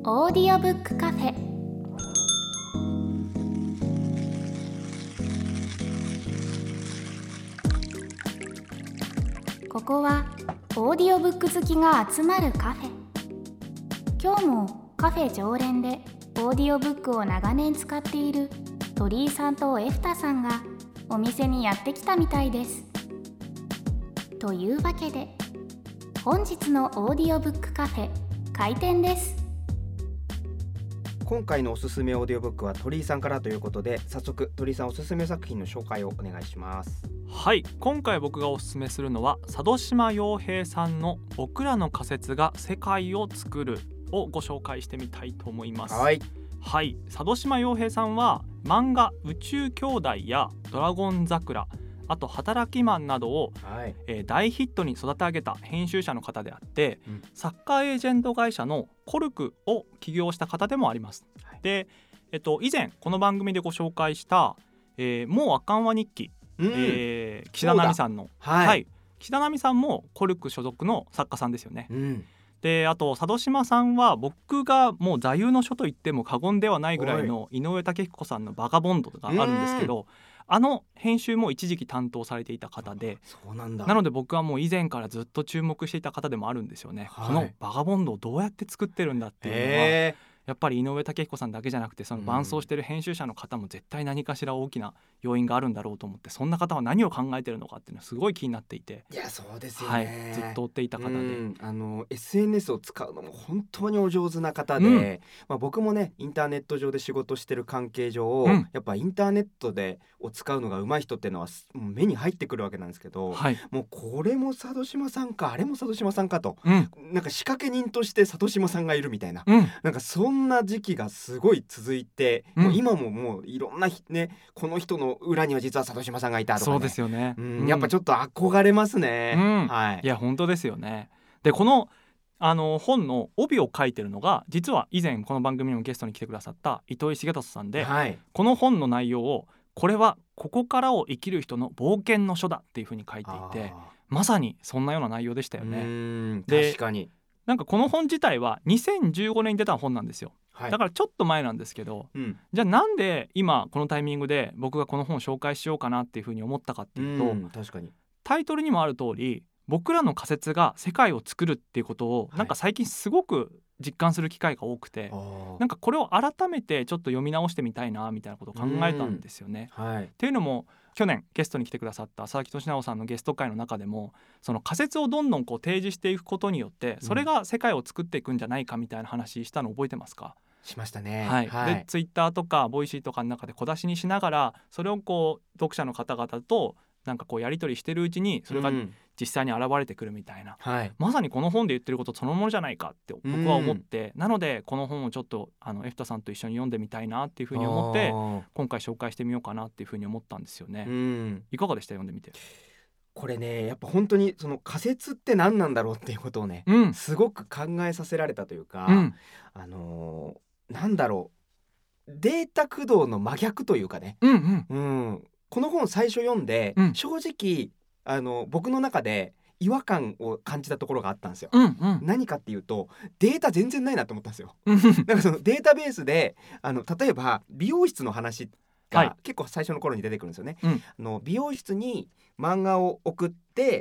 オーディオブックカフェ。ここはオーディオブック好きが集まるカフェ。今日もカフェ常連でオーディオブックを長年使っている鳥居さんとエフタさんがお店にやってきたみたいです。というわけで本日のオーディオブックカフェ開店です。 今回のおすすめオーディオブックは鳥居さんからということで、早速鳥居さんおすすめ作品の紹介をお願いします。 はい、今回僕がおすすめするのは佐渡島洋平さんの僕らの仮説が世界を作るをご紹介してみたいと思います。 はい、 佐渡島洋平さんは漫画宇宙兄弟やドラゴン桜、あと働きマンなどを、大ヒットに育て上げた編集者の方であって、サッカーエージェント会社のコルクを起業した方でもあります。で、以前この番組でご紹介した、もうあかんわ日記、岸田奈美さんの、岸田奈美さんもコルク所属の作家さんですよね。で、あと佐渡島さんは僕がもう座右の書と言っても過言ではないぐらいの井上武彦さんのバガボンドがあるんですけど、あの編集も一時期担当されていた方で、なので僕はもう以前からずっと注目していた方でもあるんですよね。このバガボンドをどうやって作ってるんだっていうのは、やっぱり井上武彦さんだけじゃなくて、その伴走してる編集者の方も絶対何かしら大きな要因があるんだろうと思って、そんな方は何を考えてるのかっていうのはすごい気になっていて、 いやそうですよね、 ずっと追っていた方で、 SNS を使うのも本当にお上手な方で、僕もねインターネット上で仕事してる関係上、やっぱインターネットでを使うのが上手い人っていうのはもう目に入ってくるわけなんですけど、もうこれも佐渡島さんかあれも佐渡島さんかと、なんか仕掛け人として佐渡島さんがいるみたいな、なんかそんな時期がすごい続いて、もう今もういろんなね、この人の裏には実は佐渡島さんがいたとかね、 そうですよね、 やっぱちょっと憧れますね。 いや本当ですよね。で、この本の帯を書いてるのが、実は以前この番組にもゲストに来てくださった糸井重里さんで、この本の内容をこれはここからを生きる人の冒険の書だっていう風に書いていて、まさにそんなような内容でしたよね。で、 確かになんかこの本自体は2015年に出た本なんですよ。だからちょっと前なんですけど、じゃあなんで今このタイミングで僕がこの本を紹介しようかなっていう風に思ったかっていうと、 確かにタイトルにもある通り、僕らの仮説が世界を作るっていうことをなんか最近すごく実感する機会が多くて、なんかこれを改めてちょっと読み直してみたいなみたいなことを考えたんですよね。っていうのも、去年ゲストに来てくださった佐々木俊直さんのゲスト会の中でも、その仮説をどんどんこう提示していくことによってそれが世界を作っていくんじゃないかみたいな話したの覚えてますか？ しましたね。 でツイッターとかボイシーとかの中で小出しにしながら、それをこう読者の方々となんかこうやり取りしてるうちにそれが実際に現れてくるみたいな、まさにこの本で言ってることそのものじゃないかって僕は思って、なのでこの本をちょっとエフタさんと一緒に読んでみたいなっていうふうに思って、今回紹介してみようかなっていうふうに思ったんですよね。いかがでした？読んでみて。 これね、やっぱ本当にその仮説って何なんだろうっていうことをね、すごく考えさせられたというか、なんだろう、データ駆動の真逆というかね、この本最初読んで、正直僕の中で違和感を感じたところがあったんですよ。何かっていうと、データ全然ないなと思ったんですよ。なんかそのデータベースで例えば美容室の話が結構最初の頃に出てくるんですよね。美容室に漫画を送って、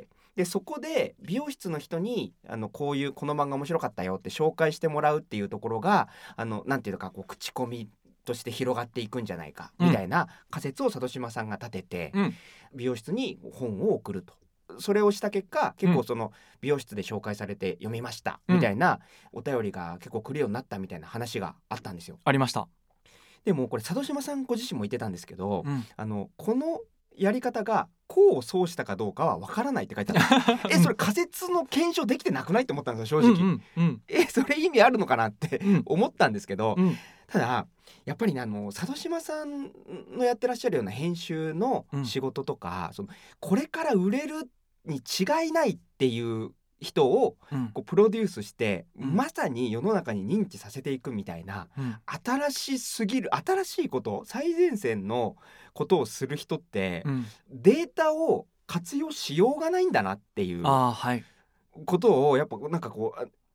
でそこで美容室の人にこの漫画面白かったよって紹介してもらうっていうところがなんていうかこう口コミとして広がっていくんじゃないかみたいな仮説を佐渡島さんが立てて、美容室に本を送ると。それをした結果、結構その美容室で紹介されて読みましたみたいなお便りが結構来るようになったみたいな話があったんですよ。 ありました。 でもこれ佐渡島さんご自身も言ってたんですけど、このやり方が功を奏したかどうかは分からないって書いてあるそれ仮説の検証できてなくないって思ったんですよ、正直。それ意味あるのかなって思ったんですけど、ただやっぱりね、佐渡島さんのやってらっしゃるような編集の仕事とか、これから売れるに違いないっていう人をこうプロデュースして、まさに世の中に認知させていくみたいな、新しいこと、最前線のことをする人って、データを活用しようがないんだなっていうことをやっぱなんかこう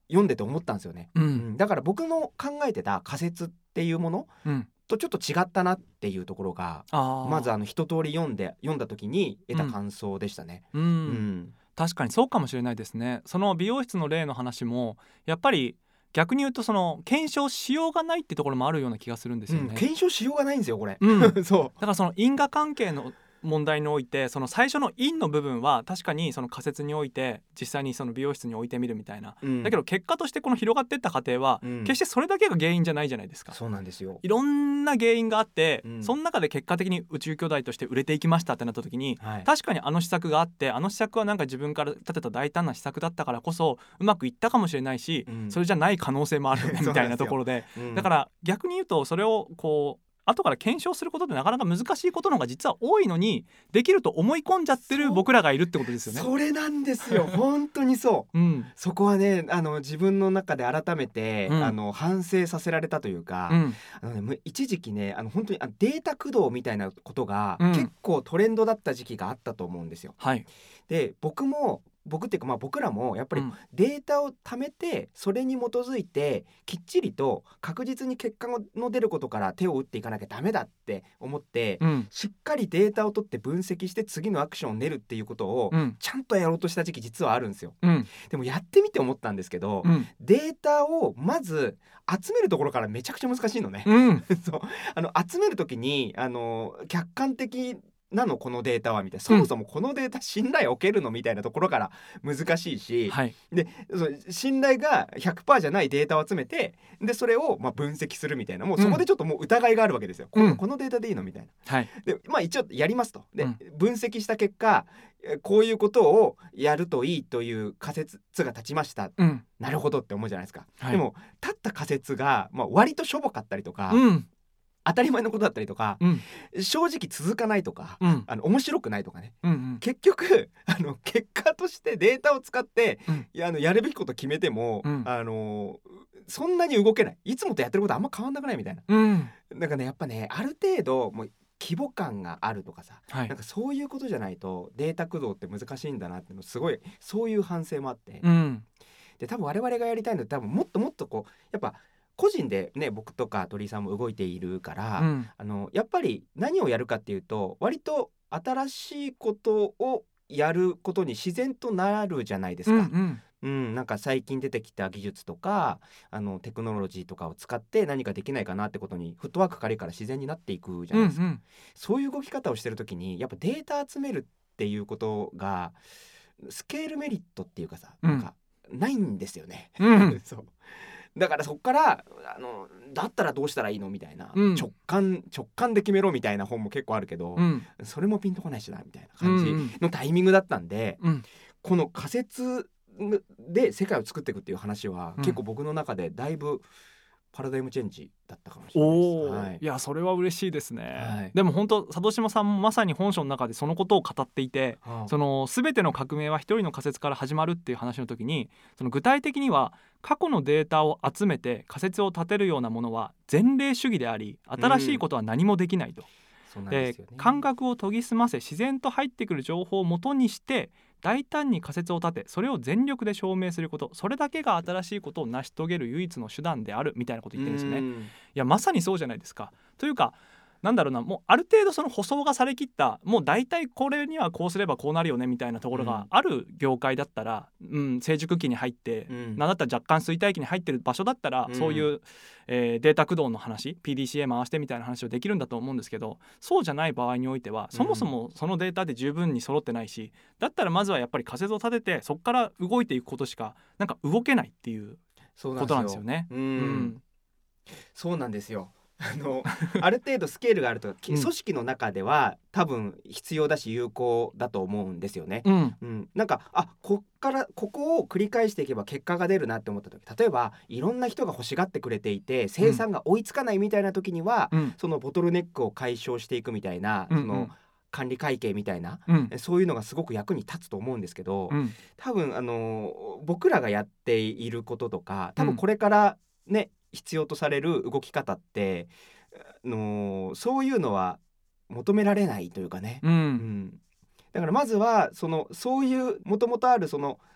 読んでて思ったんですよね、だから僕の考えてた仮説っていうもの、とちょっと違ったなっていうところがまず一通り読んだ時に得た感想でしたね。 確かにそうかもしれないですね。その美容室の例の話もやっぱり逆に言うとその検証しようがないってところもあるような気がするんですよね、 検証しようがないんですよこれ、 そうだからその因果関係の問題においてその最初の因の部分は確かにその仮説において実際にその美容室に置いてみるみたいな、だけど結果としてこの広がっていった過程は、決してそれだけが原因じゃないじゃないですか。 そうなんですよ。 いろんな原因があって、その中で結果的に宇宙兄弟として売れていきましたってなった時に、確かにあの施策があってあの施策はなんか自分から立てた大胆な施策だったからこそうまくいったかもしれないし、それじゃない可能性もあるみたいなところで、だから逆に言うとそれをこう後から検証することってなかなか難しいことの方が実は多いのにできると思い込んじゃってる僕らがいるってことですよね。 それなんですよ本当にそう、そこはね自分の中で改めて、反省させられたというか、一時期ね本当にデータ駆動みたいなことが、結構トレンドだった時期があったと思うんですよ。で僕っていうか僕らもやっぱりデータを貯めてそれに基づいてきっちりと確実に結果の出ることから手を打っていかなきゃダメだって思って、しっかりデータを取って分析して次のアクションを練るっていうことをちゃんとやろうとした時期実はあるんですよ、でもやってみて思ったんですけど、データをまず集めるところからめちゃくちゃ難しいのね、そう集めるときに客観的なのこのデータはみたいな、そもそもこのデータ信頼を置けるのみたいなところから難しいし、で信頼が 100% じゃないデータを集めてでそれを分析するみたいな、もうそこでちょっともう疑いがあるわけですよ、このデータでいいのみたいな、で一応やりますと。で、分析した結果こういうことをやるといいという仮説が立ちました、なるほどって思うじゃないですか、でも立った仮説が、割としょぼかったりとか、当たり前のことだったりとか、正直続かないとか、面白くないとかね、結局結果としてデータを使って、やるべきこと決めても、そんなに動けない、いつもとやってることあんま変わんなくないみたいな、なんかねやっぱねある程度もう規模感があるとかさ、なんかそういうことじゃないとデータ駆動って難しいんだなっていうのすごいそういう反省もあって、で多分我々がやりたいのって多分もっともっとこうやっぱ個人でね僕とか鳥居さんも動いているから、やっぱり何をやるかっていうと割と新しいことをやることに自然となるじゃないですか、なんか最近出てきた技術とかテクノロジーとかを使って何かできないかなってことにフットワーク軽いから自然になっていくじゃないですか、そういう動き方をしてる時にやっぱデータ集めるっていうことがスケールメリットっていうかさ、なんかないんですよね、そうだからそっからだったらどうしたらいいのみたいな、直感で決めろみたいな本も結構あるけど、それもピンとこないしなみたいな感じのタイミングだったんで、この仮説で世界を作っていくっていう話は、結構僕の中でだいぶパラダイムチェンジだったかもしれないです。 いやそれは嬉しいですね、でも本当佐渡島さんもまさに本書の中でそのことを語っていて、その全ての革命は一人の仮説から始まるっていう話の時に、その具体的には過去のデータを集めて仮説を立てるようなものは前例主義であり、新しいことは何もできないと、感覚を研ぎ澄ませ自然と入ってくる情報を元にして大胆に仮説を立てそれを全力で証明すること、それだけが新しいことを成し遂げる唯一の手段であるみたいなこと言ってるんですよね。いやまさにそうじゃないですか。というかなんだろうな、もうある程度その舗装がされきった、もう大体これにはこうすればこうなるよねみたいなところがある業界だったら、成熟期に入って、なんだったら若干衰退期に入ってる場所だったら、そういう、データ駆動の話 PDCA 回してみたいな話をできるんだと思うんですけど、そうじゃない場合においてはそもそもそのデータで十分に揃ってないし、だったらまずはやっぱり仮説を立ててそこから動いていくことしかなんか動けないっていうことなんですよね。 そうなんですよ。ある程度スケールがあると組織の中では多分必要だし有効だと思うんですよね、なんかここを繰り返していけば結果が出るなって思った時、例えばいろんな人が欲しがってくれていて生産が追いつかないみたいな時には、そのボトルネックを解消していくみたいな、その管理会計みたいな、そういうのがすごく役に立つと思うんですけど、多分僕らがやっていることとか多分これからね、必要とされる動き方ってそういうのは求められないというかね、だからまずはそういうもともとあるその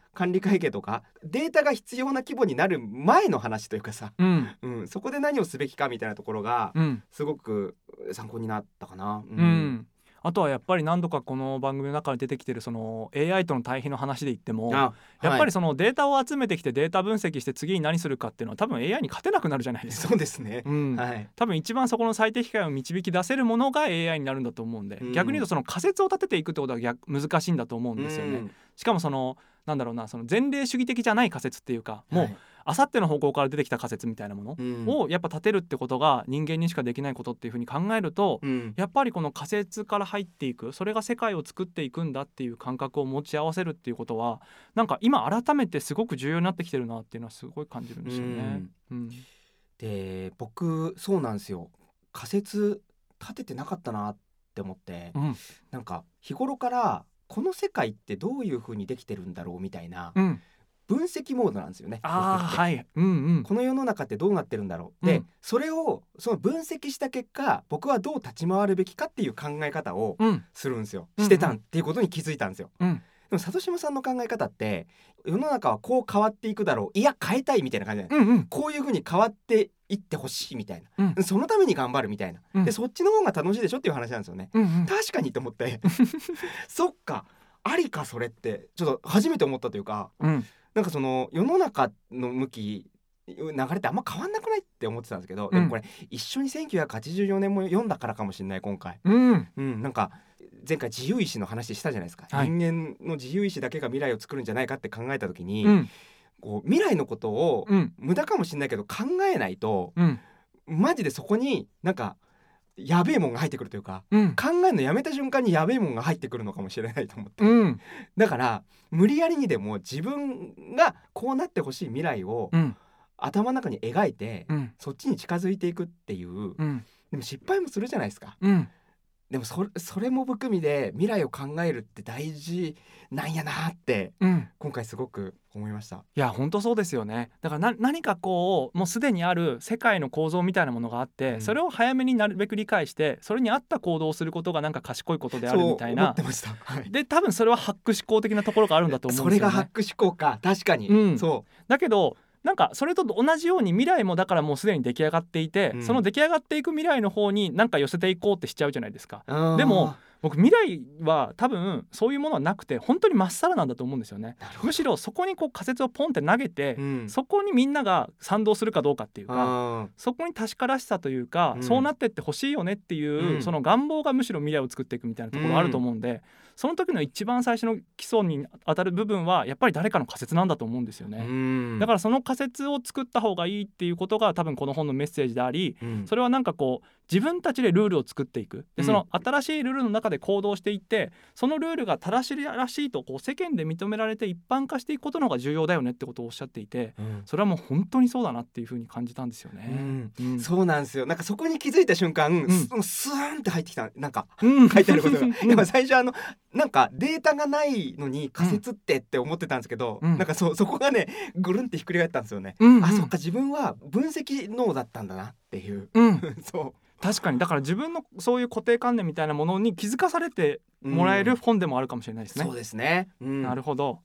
管理会計とかデータが必要な規模になる前の話というかさ、そこで何をすべきかみたいなところがすごく参考になったかな。 あとはやっぱり何度かこの番組の中で出てきてるその AI との対比の話で言っても、やっぱりそのデータを集めてきてデータ分析して次に何するかっていうのは多分 AI に勝てなくなるじゃないですか。 そうですね、 多分一番そこの最適解を導き出せるものが AI になるんだと思うんで、逆に言うとその仮説を立てていくってことは難しいんだと思うんですよね。しかもそのなんだろうな、その前例主義的じゃない仮説っていうか、もうあさっての方向から出てきた仮説みたいなものをやっぱ立てるってことが人間にしかできないことっていうふうに考えると、やっぱりこの仮説から入っていく、それが世界を作っていくんだっていう感覚を持ち合わせるっていうことはなんか今改めてすごく重要になってきてるなっていうのはすごい感じるんですよね。 で僕そうなんですよ、仮説立ててなかったなって思って、なんか日頃からこの世界ってどういう風にできてるんだろうみたいな、分析モードなんですよね。この世の中ってどうなってるんだろう、でそれをその分析した結果僕はどう立ち回るべきかっていう考え方をするんですよ、してたんっていうことに気づいたんですよ。でも里島さんの考え方って世の中はこう変わっていくだろう、いや変えたいみたいな感じで、こういう風に変わっていってほしいみたいな、そのために頑張るみたいな、でそっちの方が楽しいでしょっていう話なんですよね。確かにと思ってそっかありかそれってちょっと初めて思ったというか、なんかその世の中の向き流れってあんま変わんなくないって思ってたんですけど、でもこれ一緒に1984年も読んだからかもしれない今回、なんか前回自由意志の話したじゃないですか、人間の自由意志だけが未来を作るんじゃないかって考えた時に、こう未来のことを無駄かもしれないけど考えないと、マジでそこになんかやべえもんが入ってくるというか、考えるのやめた瞬間にやべえもんが入ってくるのかもしれないと思って、だから無理やりにでも自分がこうなってほしい未来を頭の中に描いて、そっちに近づいていくっていう、でも失敗もするじゃないですか、でもそれも含みで未来を考えるって大事なんやなって、今回すごく思いました。 いや本当そうですよね。だから何かこうもうすでにある世界の構造みたいなものがあって、それを早めになるべく理解してそれに合った行動をすすることがなんか賢いことであるみたいな。 そう思ってました、 で多分それはハック思考的なところがあるんだと思うんですよね。 それがハック思考か、確かに、そうだけどなんかそれと同じように未来もだからもうすでに出来上がっていて、その出来上がっていく未来の方になんか寄せていこうってしちゃうじゃないですか。でも僕未来は多分そういうものはなくて本当にまっさらなんだと思うんですよね。むしろそこにこう仮説をポンって投げて、そこにみんなが賛同するかどうかっていうか、そこに確からしさというか、そうなってってほしいよねっていう、その願望がむしろ未来を作っていくみたいなところあると思うんで、その時の一番最初の基礎に当たる部分はやっぱり誰かの仮説なんだと思うんですよね。だからその仮説を作った方がいいっていうことが多分この本のメッセージであり、それはなんかこう自分たちでルールを作っていく、でその新しいルールの中で行動していって、そのルールが正しいらしいとこう世間で認められて一般化していくことの方が重要だよねってことをおっしゃっていて、それはもう本当にそうだなっていうふうに感じたんですよね。 そうなんですよ。なんかそこに気づいた瞬間、スーンって入ってきた、なんか書いてあることがやっぱ最初なんかデータがないのに仮説って思ってたんですけど、なんかそこがねぐるんってひっくり返ったんですよね。あ、そっか自分は分析脳だったんだなっていう、そう確かに、だから自分のそういう固定観念みたいなものに気づかされてもらえる本でもあるかもしれないですね。 そうですね、 なるほど。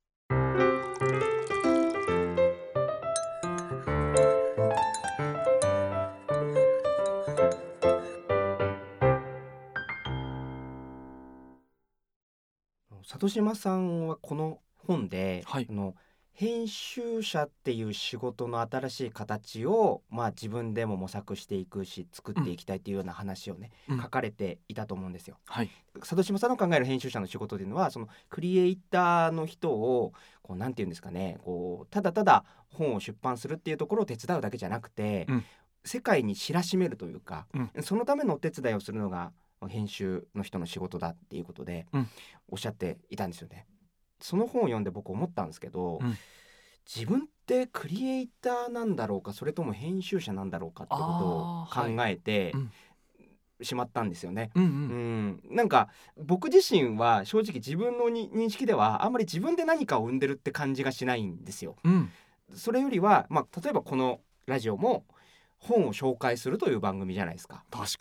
里島さんはこの本で、編集者っていう仕事の新しい形を、自分でも模索していくし作っていきたいっていうような話をね、書かれていたと思うんですよ。里島さんの考える編集者の仕事というのは、そのクリエイターの人をこうなんていうんですかね、こうただただ本を出版するっていうところを手伝うだけじゃなくて、世界に知らしめるというか、そのためのお手伝いをするのが編集の人の仕事だっていうことでおっしゃっていたんですよね。その本を読んで僕思ったんですけど、自分ってクリエイターなんだろうか、それとも編集者なんだろうかってことを考えてしまったんですよね。なんか僕自身は正直自分の認識ではあんまり自分で何かを生んでるって感じがしないんですよ。それよりは、例えばこのラジオも本を紹介するという番組じゃないですか。 確かに。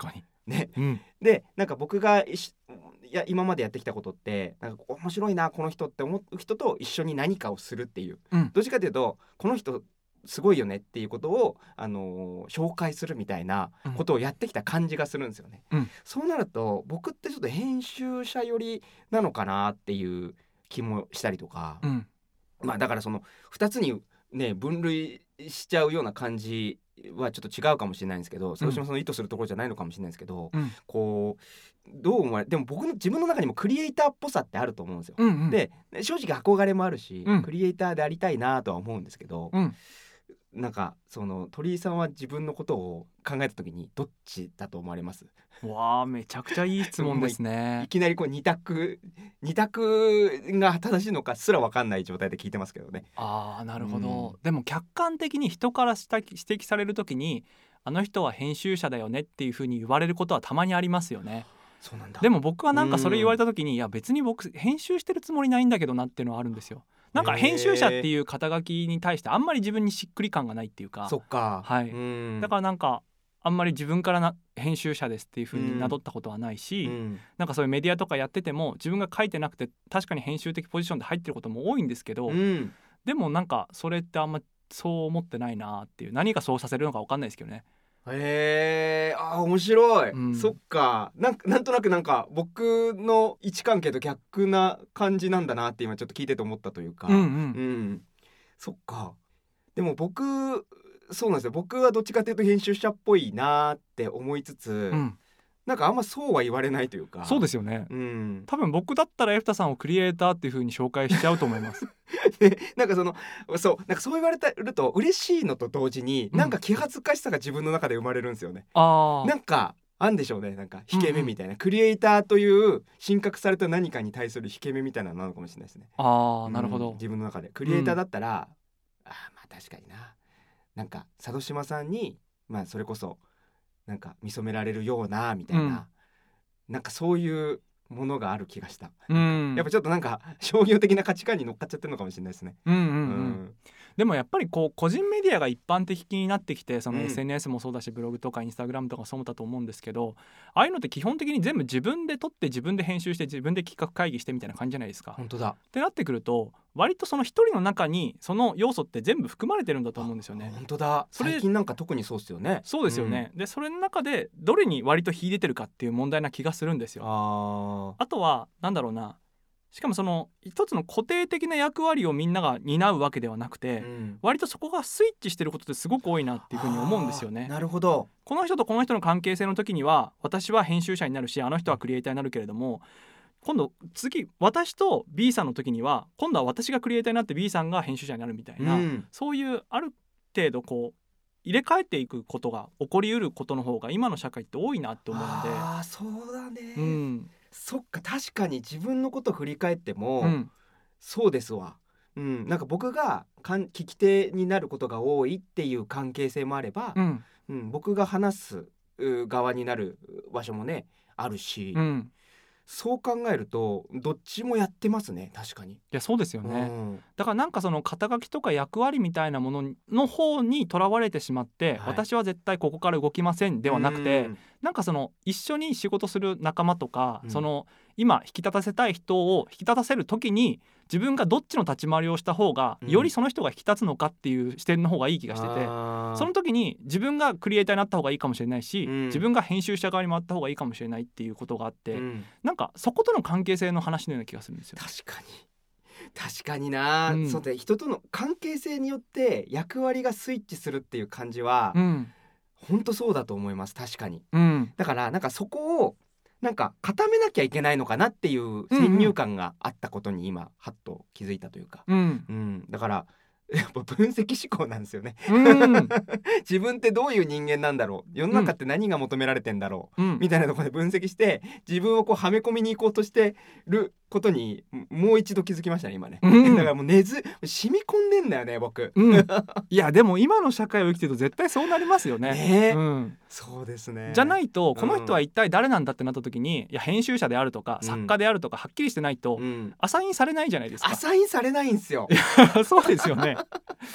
ね、でなんか僕が今までやってきたことってなんか面白いなこの人って思う人と一緒に何かをするっていう、どっちかというとこの人すごいよねっていうことを、紹介するみたいなことをやってきた感じがするんですよね、そうなると僕ってちょっと編集者寄りなのかなっていう気もしたりとか、まあだからその2つにね分類しちゃうような感じはちょっと違うかもしれないんですけど、それもその意図するところじゃないのかもしれないですけど、こうどう思われでも僕の自分の中にもクリエイターっぽさってあると思うんですよ、で正直憧れもあるし、クリエイターでありたいなとは思うんですけど、なんかその鳥居さんは自分のことを考えた時にどっちだと思われます？ わあ、めちゃくちゃいい質問ですね。 いきなりこう二択が正しいのかすら分かんない状態で聞いてますけどね。 なるほど、でも客観的に人から指摘される時にあの人は編集者だよねっていう風に言われることはたまにありますよね。 そうなんだ。 でも僕はなんかそれ言われた時に、いや別に僕編集してるつもりないんだけどなっていうのはあるんですよ。なんか編集者っていう肩書きに対してあんまり自分にしっくり感がないっていうか。 そっか、 はい、だからなんかあんまり自分から編集者ですっていう風に名乗ったことはないし、なんかそういうメディアとかやってても自分が書いてなくて確かに編集的ポジションで入ってることも多いんですけど、でもなんかそれってあんまそう思ってないなっていう、何がそうさせるのか分かんないですけどね。 面白い、そっか、なんとなくなんか僕の位置関係と逆な感じなんだなって今ちょっと聞いてて思ったというか、そっか。でもそうなんですよ、僕はどっちかというと編集者っぽいなって思いつつ、なんかあんまそうは言われないというか。 そうですよね、多分僕だったらエフタさんをクリエイターっていう風に紹介しちゃうと思いますなんかなんかそう言われると嬉しいのと同時に、なんか気恥ずかしさが自分の中で生まれるんですよね。なんかあんでしょうね、なんか引け目みたいな、クリエイターという神格された何かに対する引け目みたいなのなのかもしれないですね。 なるほど。 自分の中でクリエイターだったら、まあ確かになんか佐渡島さんにそれこそなんか見初められるようなみたいな、なんかそういうものがある気がした、やっぱちょっとなんか商業的な価値観に乗っかっちゃってるのかもしれないですね。 でもやっぱりこう個人メディアが一般的になってきて、その SNS もそうだしブログとかインスタグラムとかそうだと思うんですけど、ああいうのって基本的に全部自分で撮って自分で編集して自分で企画会議してみたいな感じじゃないですか。 本当だ。 ってなってくると割とその一人の中にその要素って全部含まれてるんだと思うんですよね。 本当だ。最近なんか特にそうですよね。 そうですよね、でそれの中でどれに割と秀でてるかっていう問題な気がするんですよ。あとはなんだろうな、しかもその一つの固定的な役割をみんなが担うわけではなくて、割とそこがスイッチしてることってすごく多いなっていうふうに思うんですよね。 なるほど。 この人とこの人の関係性の時には私は編集者になるし、あの人はクリエイターになるけれども、今度次私と B さんの時には今度は私がクリエイターになって B さんが編集者になるみたいな、そういうある程度こう入れ替えていくことが起こりうることの方が今の社会って多いなって思うので。 そうだね、そっか、確かに自分のこと振り返っても、そうですわ。なんか僕が聞き手になることが多いっていう関係性もあれば、僕が話す側になる場所もねあるし、そう考えるとどっちもやってますね。確かに。いやそうですよね、だからなんかその肩書きとか役割みたいなものの方にとらわれてしまって、私は絶対ここから動きませんではなくて、なんかその一緒に仕事する仲間とか、その今引き立たせたい人を引き立たせる時に自分がどっちの立ち回りをした方がよりその人が引き立つのかっていう視点の方がいい気がしてて、その時に自分がクリエイターになった方がいいかもしれないし、自分が編集者側に回った方がいいかもしれないっていうことがあって、なんかそことの関係性の話のような気がするんですよ。 確かにな、そうで人との関係性によって役割がスイッチするっていう感じは、本当そうだと思います。確かに、だからなんかそこをなんか固めなきゃいけないのかなっていう先入観があったことに今ハッと気づいたというか、だからやっぱ分析思考なんですよね、自分ってどういう人間なんだろう、世の中って何が求められてんだろう、みたいなところで分析して自分をこうはめ込みに行こうとしてることにもう一度気づきましたね今ね、だからもう染み込んでんだよね僕、 いやでも今の社会を生きてると絶対そうなりますよね。 そうですね。 じゃないとこの人は一体誰なんだってなった時に、いや編集者であるとか作家であるとかはっきりしてないと、アサインされないじゃないですか。 アサインされないんですよそうですよね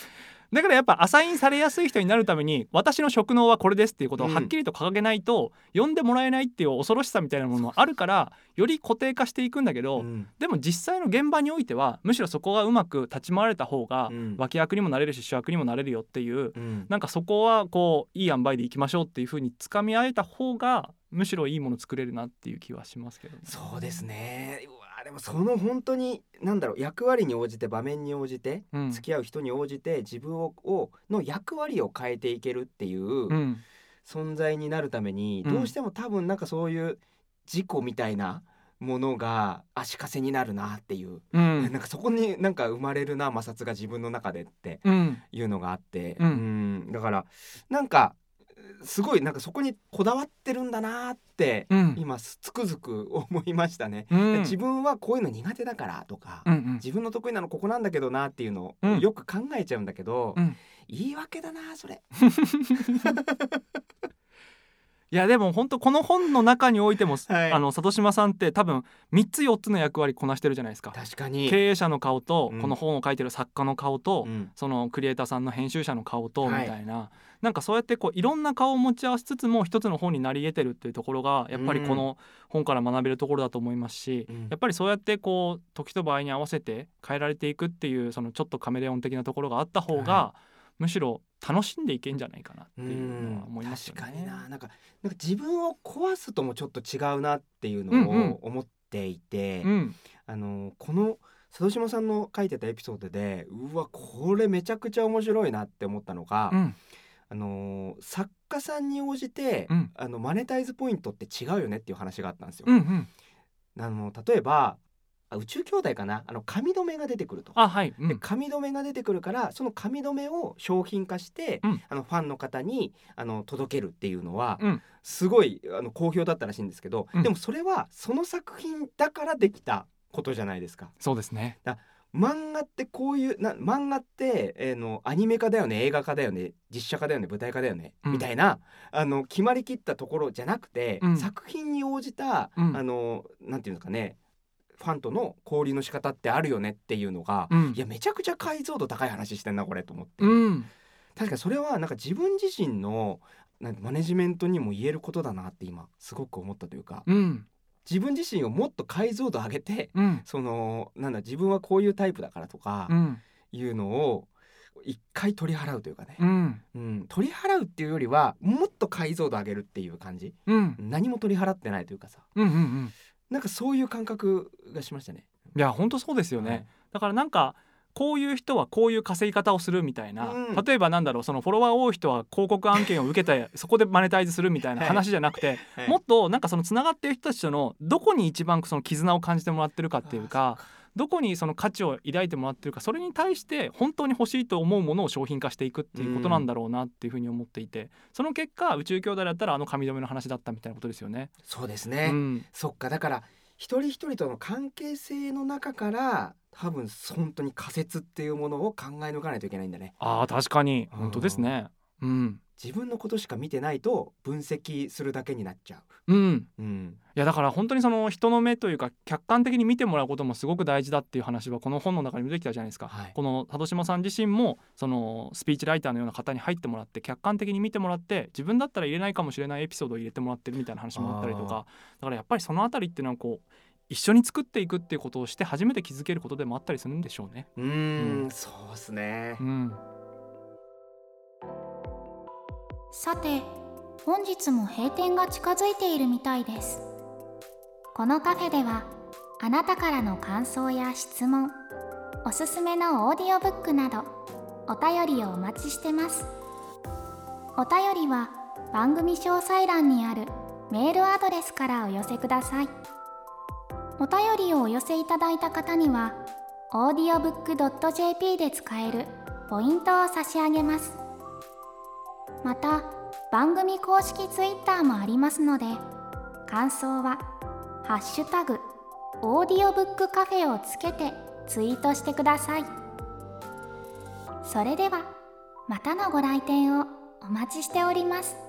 だからやっぱアサインされやすい人になるために私の職能はこれですっていうことをはっきりと掲げないと、呼んでもらえないっていう恐ろしさみたいなものもあるからより固定化していくんだけど、でも実際の現場においてはむしろそこがうまく立ち回れた方が脇役にもなれるし主役にもなれるよっていう、なんかそこはこういい塩梅でいきましょうっていう風につかみ合えた方がむしろいいもの作れるなっていう気はしますけどね。 そうですね。でもその本当に役割に応じて場面に応じて、付き合う人に応じて自分の役割を変えていけるっていう存在になるために、どうしても多分そういう自己みたいなものが足かせになるなっていう、そこに生まれるな、摩擦が自分の中でっていうのがあって、だからすごいそこにこだわってるんだなって、今つくづく思いましたね、自分はこういうの苦手だからとか、自分の得意なのここなんだけどなっていうのをよく考えちゃうんだけど、言い訳だなそれいやでも本当この本の中においても、里島さんって多分3つ4つの役割こなしてるじゃないですか。 確かに経営者の顔と、この本を書いてる作家の顔と、そのクリエイターさんの編集者の顔とみたいな、そうやっていろんな顔を持ち合わせつつも一つの本になり得てるっていうところがやっぱりこの本から学べるところだと思いますし、やっぱりそうやって時と場合に合わせて変えられていくっていうそのちょっとカメレオン的なところがあった方が、むしろ楽しんでいけんじゃないかなっていうのは思いますよね。 確かになんか自分を壊すともちょっと違うなっていうのを思っていて、この里島さんの書いてたエピソードでこれめちゃくちゃ面白いなって思ったのが、作家さんに応じて、マネタイズポイントって違うよねっていう話があったんですよ。例えば宇宙兄弟かな、髪留めが出てくると。で髪留めが出てくるから、その髪留めを商品化して、ファンの方に届けるっていうのは、すごい好評だったらしいんですけど、でもそれはその作品だからできたことじゃないですか。 そうですね。 漫画ってこういう漫画って、アニメ化だよね、映画化だよね、実写化だよね、舞台化だよね、みたいな決まりきったところじゃなくて、作品に応じた、なんていうんですかね、ファンとの交流の仕方ってあるよねっていうのが、いやめちゃくちゃ解像度高い話してんなこれと思って、確かにそれは自分自身のマネジメントにも言えることだなって今すごく思ったというか、自分自身をもっと解像度上げて、自分はこういうタイプだからとか、いうのを一回取り払うというかね、取り払うっていうよりはもっと解像度上げるっていう感じ、何も取り払ってないというかさ、そういう感覚がしましたね。 いや本当そうですよね、だからこういう人はこういう稼ぎ方をするみたいな、例えばそのフォロワー多い人は広告案件を受けてそこでマネタイズするみたいな話じゃなくて、もっとそのつながっている人たちとのどこに一番その絆を感じてもらってるかっていうか、どこにその価値を抱いてもらってるか、それに対して本当に欲しいと思うものを商品化していくっていうことなんだろうなっていうふうに思っていて、その結果宇宙兄弟だったら髪留めの話だったみたいなことですよね。 そうですね、そっか、だから一人一人との関係性の中から多分本当に仮説っていうものを考え抜かないといけないんだね。 確かに本当ですね。 自分のことしか見てないと分析するだけになっちゃう。いやだから本当にその人の目というか客観的に見てもらうこともすごく大事だっていう話はこの本の中にも出てきたじゃないですか。この里島さん自身もそのスピーチライターのような方に入ってもらって客観的に見てもらって、自分だったら入れないかもしれないエピソードを入れてもらってるみたいな話もあったりとか、だからやっぱりそのあたりっていうのは一緒に作っていくっていうことをして初めて気づけることでもあったりするんでしょうね。 そうですね。 さて本日も閉店が近づいているみたいです。このカフェではあなたからの感想や質問、おすすめのオーディオブックなどお便りをお待ちしてます。お便りは番組詳細欄にあるメールアドレスからお寄せください。お便りをお寄せいただいた方には audiobook.jp で使えるポイントを差し上げます。また番組公式ツイッターもありますので、感想はハッシュタグオーディオブックカフェをつけてツイートしてください。それではまたのご来店をお待ちしております。